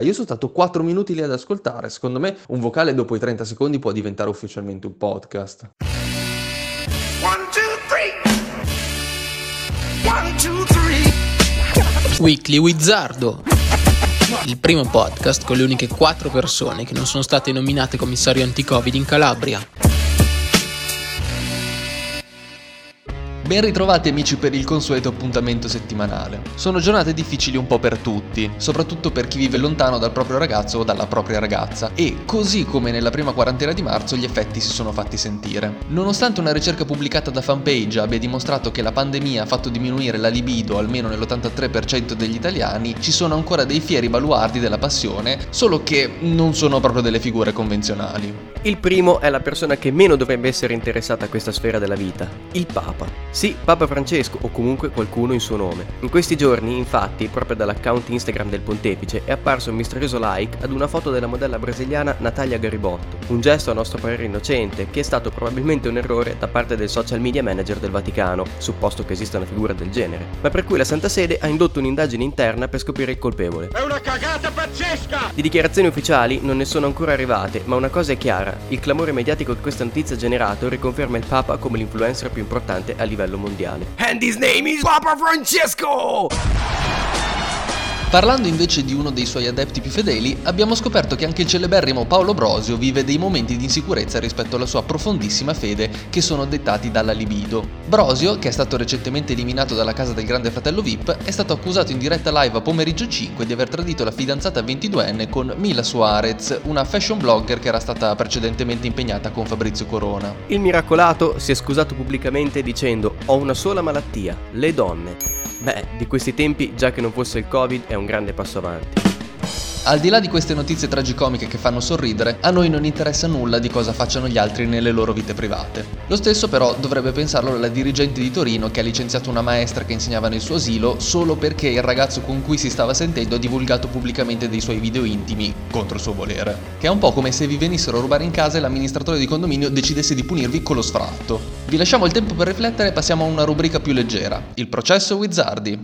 Io sono stato 4 minuti lì ad ascoltare, secondo me un vocale dopo i 30 secondi può diventare ufficialmente un podcast. 1, 2, 3. Weekly Wizardo, il primo podcast con le uniche 4 persone che non sono state nominate commissario anti-Covid in Calabria. Ben ritrovati amici per il consueto appuntamento settimanale. Sono giornate difficili un po' per tutti, soprattutto per chi vive lontano dal proprio ragazzo o dalla propria ragazza, e così come nella prima quarantena di marzo gli effetti si sono fatti sentire. Nonostante una ricerca pubblicata da Fanpage abbia dimostrato che la pandemia ha fatto diminuire la libido almeno nell'83% degli italiani, ci sono ancora dei fieri baluardi della passione, solo che non sono proprio delle figure convenzionali. Il primo è la persona che meno dovrebbe essere interessata a questa sfera della vita, il Papa. Sì, Papa Francesco, o comunque qualcuno in suo nome. In questi giorni, infatti, proprio dall'account Instagram del pontefice è apparso un misterioso like ad una foto della modella brasiliana Natalia Garibotto. Un gesto a nostro parere innocente, che è stato probabilmente un errore da parte del social media manager del Vaticano, supposto che esista una figura del genere, ma per cui la Santa Sede ha indotto un'indagine interna per scoprire il colpevole. È una cagata pazzesca! Di dichiarazioni ufficiali non ne sono ancora arrivate, ma una cosa è chiara: il clamore mediatico che questa notizia ha generato riconferma il Papa come l'influencer più importante a livello mondiale. And his name is Papa Francesco! Parlando invece di uno dei suoi adepti più fedeli, abbiamo scoperto che anche il celeberrimo Paolo Brosio vive dei momenti di insicurezza rispetto alla sua profondissima fede che sono dettati dalla libido. Brosio, che è stato recentemente eliminato dalla casa del grande fratello VIP, è stato accusato in diretta live a pomeriggio 5 di aver tradito la fidanzata 22enne con Mila Suarez, una fashion blogger che era stata precedentemente impegnata con Fabrizio Corona. Il miracolato si è scusato pubblicamente dicendo: ho una sola malattia, le donne. Beh, di questi tempi, già che non fosse il Covid, è un grande passo avanti. Al di là di queste notizie tragicomiche che fanno sorridere, a noi non interessa nulla di cosa facciano gli altri nelle loro vite private. Lo stesso però dovrebbe pensarlo la dirigente di Torino che ha licenziato una maestra che insegnava nel suo asilo solo perché il ragazzo con cui si stava sentendo ha divulgato pubblicamente dei suoi video intimi contro il suo volere. Che è un po' come se vi venissero a rubare in casa e l'amministratore di condominio decidesse di punirvi con lo sfratto. Vi lasciamo il tempo per riflettere e passiamo a una rubrica più leggera, il processo Wizardi.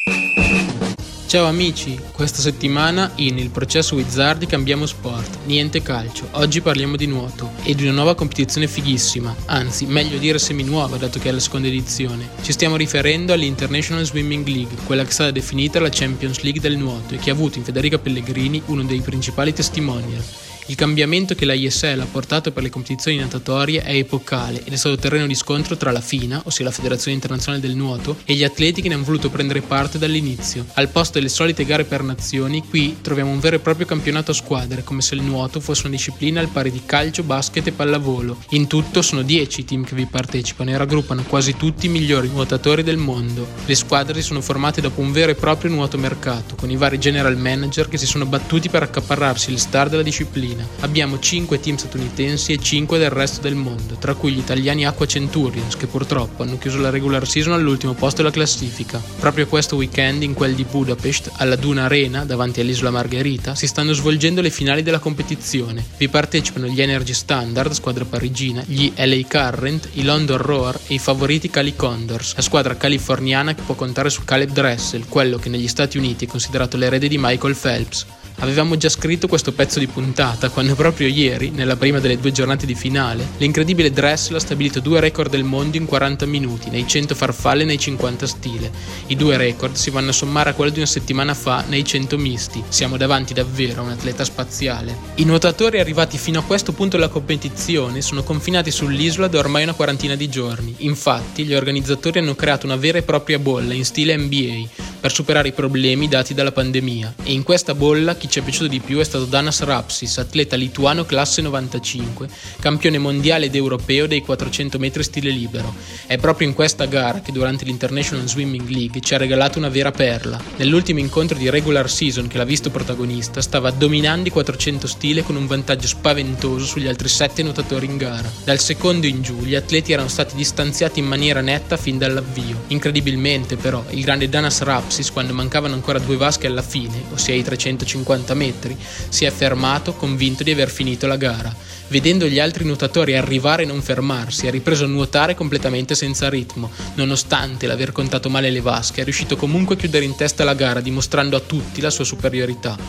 Ciao amici, questa settimana in Il Processo Wizardi cambiamo sport, niente calcio, oggi parliamo di nuoto e di una nuova competizione fighissima, anzi meglio dire semi-nuova dato che è la seconda edizione. Ci stiamo riferendo all'International Swimming League, quella che è stata definita la Champions League del nuoto e che ha avuto in Federica Pellegrini uno dei principali testimonial. Il cambiamento che la ISL ha portato per le competizioni natatorie è epocale ed è stato terreno di scontro tra la FINA, ossia la Federazione Internazionale del Nuoto, e gli atleti che ne hanno voluto prendere parte dall'inizio. Al posto delle solite gare per nazioni, qui troviamo un vero e proprio campionato a squadre, come se il nuoto fosse una disciplina al pari di calcio, basket e pallavolo. In tutto sono 10 i team che vi partecipano e raggruppano quasi tutti i migliori nuotatori del mondo. Le squadre si sono formate dopo un vero e proprio nuoto mercato, con i vari general manager che si sono battuti per accaparrarsi le star della disciplina. Abbiamo 5 team statunitensi e 5 del resto del mondo, tra cui gli italiani Aqua Centurions, che purtroppo hanno chiuso la regular season all'ultimo posto della classifica. Proprio questo weekend, in quel di Budapest, alla Duna Arena, davanti all'isola Margherita, si stanno svolgendo le finali della competizione. Vi partecipano gli Energy Standard, squadra parigina, gli LA Current, i London Roar e i favoriti Cali Condors, la squadra californiana che può contare su Caleb Dressel, quello che negli Stati Uniti è considerato l'erede di Michael Phelps. Avevamo già scritto questo pezzo di puntata quando proprio ieri, nella prima delle 2 giornate di finale, l'incredibile Dressel ha stabilito 2 record del mondo in 40 minuti, nei 100 farfalle e nei 50 stile. I 2 record si vanno a sommare a quello di una settimana fa nei 100 misti. Siamo davanti davvero a un atleta spaziale. I nuotatori arrivati fino a questo punto della competizione sono confinati sull'isola da ormai una quarantina di giorni. Infatti, gli organizzatori hanno creato una vera e propria bolla in stile NBA per superare i problemi dati dalla pandemia, e in questa bolla chi ci è piaciuto di più è stato Danas Rapsis, atleta lituano classe 95, campione mondiale ed europeo dei 400 metri stile libero. È proprio in questa gara che durante l'International Swimming League ci ha regalato una vera perla. Nell'ultimo incontro di regular season che l'ha visto protagonista, stava dominando i 400 stile con un vantaggio spaventoso sugli altri 7 nuotatori in gara. Dal secondo in giù gli atleti erano stati distanziati in maniera netta fin dall'avvio. Incredibilmente però il grande Danas Rapsis, quando mancavano ancora 2 vasche alla fine, ossia i 350 metri, si è fermato convinto di aver finito la gara. Vedendo gli altri nuotatori arrivare e non fermarsi, ha ripreso a nuotare completamente senza ritmo. Nonostante l'aver contato male le vasche, è riuscito comunque a chiudere in testa la gara, dimostrando a tutti la sua superiorità.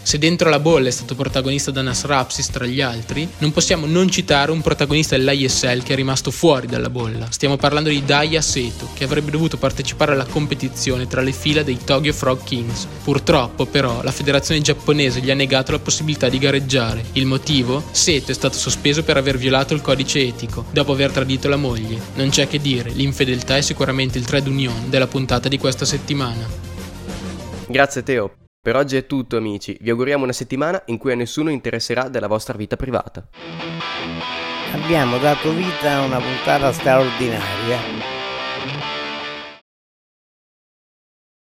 Se dentro la bolla è stato protagonista Danas Rapsis tra gli altri, non possiamo non citare un protagonista dell'ISL che è rimasto fuori dalla bolla. Stiamo parlando di Daiya Seto, che avrebbe dovuto partecipare alla competizione tra le fila dei Tokyo Frog Kings. Purtroppo, però, la federazione giapponese gli ha negato la possibilità di gareggiare. Il motivo? Seto è stato sospeso per aver violato il codice etico, dopo aver tradito la moglie. Non c'è che dire, l'infedeltà è sicuramente il trade union della puntata di questa settimana. Grazie Teo. Per oggi è tutto amici, vi auguriamo una settimana in cui a nessuno interesserà della vostra vita privata. Abbiamo dato vita a una puntata straordinaria